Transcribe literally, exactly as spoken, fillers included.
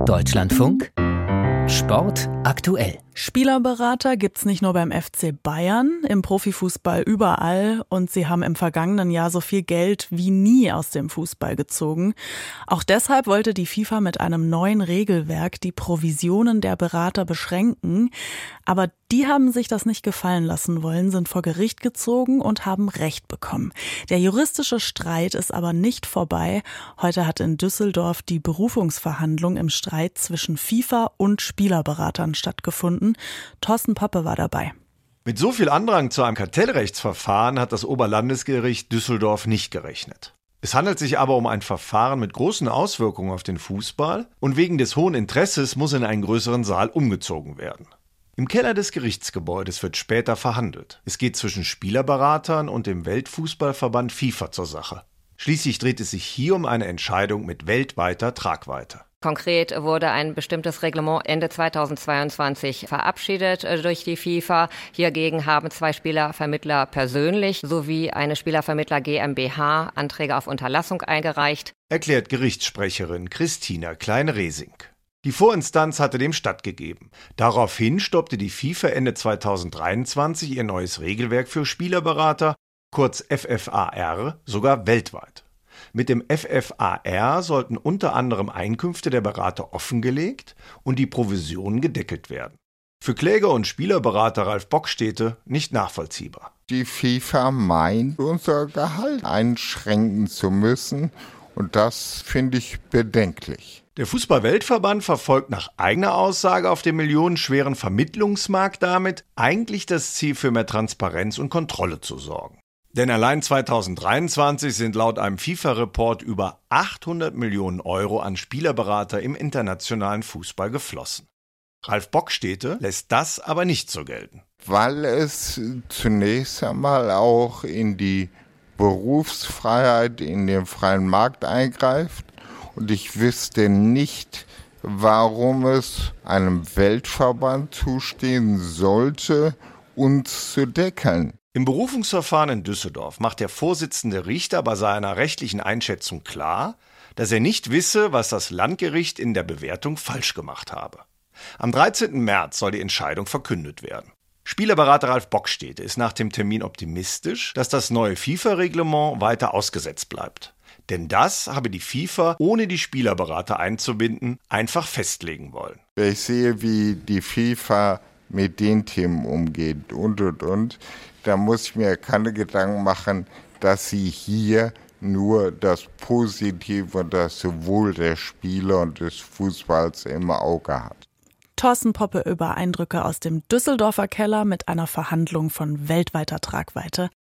Deutschlandfunk Sport aktuell. Spielerberater gibt's nicht nur beim F C Bayern, im Profifußball überall und sie haben im vergangenen Jahr so viel Geld wie nie aus dem Fußball gezogen. Auch deshalb wollte die FIFA mit einem neuen Regelwerk die Provisionen der Berater beschränken. Aber die haben sich das nicht gefallen lassen wollen, sind vor Gericht gezogen und haben Recht bekommen. Der juristische Streit ist aber nicht vorbei. Heute hat in Düsseldorf die Berufungsverhandlung im Streit zwischen FIFA und Spielerberatern stattgefunden. Thorsten Poppe war dabei. Mit so viel Andrang zu einem Kartellrechtsverfahren hat das Oberlandesgericht Düsseldorf nicht gerechnet. Es handelt sich aber um ein Verfahren mit großen Auswirkungen auf den Fußball und wegen des hohen Interesses muss in einen größeren Saal umgezogen werden. Im Keller des Gerichtsgebäudes wird später verhandelt. Es geht zwischen Spielerberatern und dem Weltfußballverband FIFA zur Sache. Schließlich dreht es sich hier um eine Entscheidung mit weltweiter Tragweite. Konkret wurde ein bestimmtes Reglement Ende zweitausendzweiundzwanzig verabschiedet durch die FIFA. Hiergegen haben zwei Spielervermittler persönlich sowie eine Spielervermittler GmbH Anträge auf Unterlassung eingereicht, erklärt Gerichtssprecherin Christina Klein-Resing. Die Vorinstanz hatte dem stattgegeben. Daraufhin stoppte die FIFA Ende zweitausenddreiundzwanzig ihr neues Regelwerk für Spielerberater, kurz F F A R, sogar weltweit. Mit dem F F A R sollten unter anderem Einkünfte der Berater offengelegt und die Provisionen gedeckelt werden. Für Kläger und Spielerberater Ralf Bockstete nicht nachvollziehbar. Die FIFA meint, unser Gehalt einschränken zu müssen und das finde ich bedenklich. Der Fußball-Weltverband verfolgt nach eigener Aussage auf dem millionenschweren Vermittlungsmarkt damit eigentlich das Ziel, für mehr Transparenz und Kontrolle zu sorgen. Denn allein zweitausenddreiundzwanzig sind laut einem FIFA-Report über achthundert Millionen Euro an Spielerberater im internationalen Fußball geflossen. Ralf Bockstete lässt das aber nicht so gelten. Weil es zunächst einmal auch in die Berufsfreiheit, in den freien Markt eingreift. Und ich wüsste nicht, warum es einem Weltverband zustehen sollte, uns zu deckeln. Im Berufungsverfahren in Düsseldorf macht der Vorsitzende Richter bei seiner rechtlichen Einschätzung klar, dass er nicht wisse, was das Landgericht in der Bewertung falsch gemacht habe. Am dreizehnten März soll die Entscheidung verkündet werden. Spielerberater Ralf Bockstete ist nach dem Termin optimistisch, dass das neue FIFA-Reglement weiter ausgesetzt bleibt. Denn das habe die FIFA, ohne die Spielerberater einzubinden, einfach festlegen wollen. Ich sehe, wie die FIFA mit den Themen umgeht und, und, und. Da muss ich mir keine Gedanken machen, dass sie hier nur das Positive und das Wohl der Spieler und des Fußballs im Auge hat. Thorsten Poppe über Eindrücke aus dem Düsseldorfer Keller mit einer Verhandlung von weltweiter Tragweite.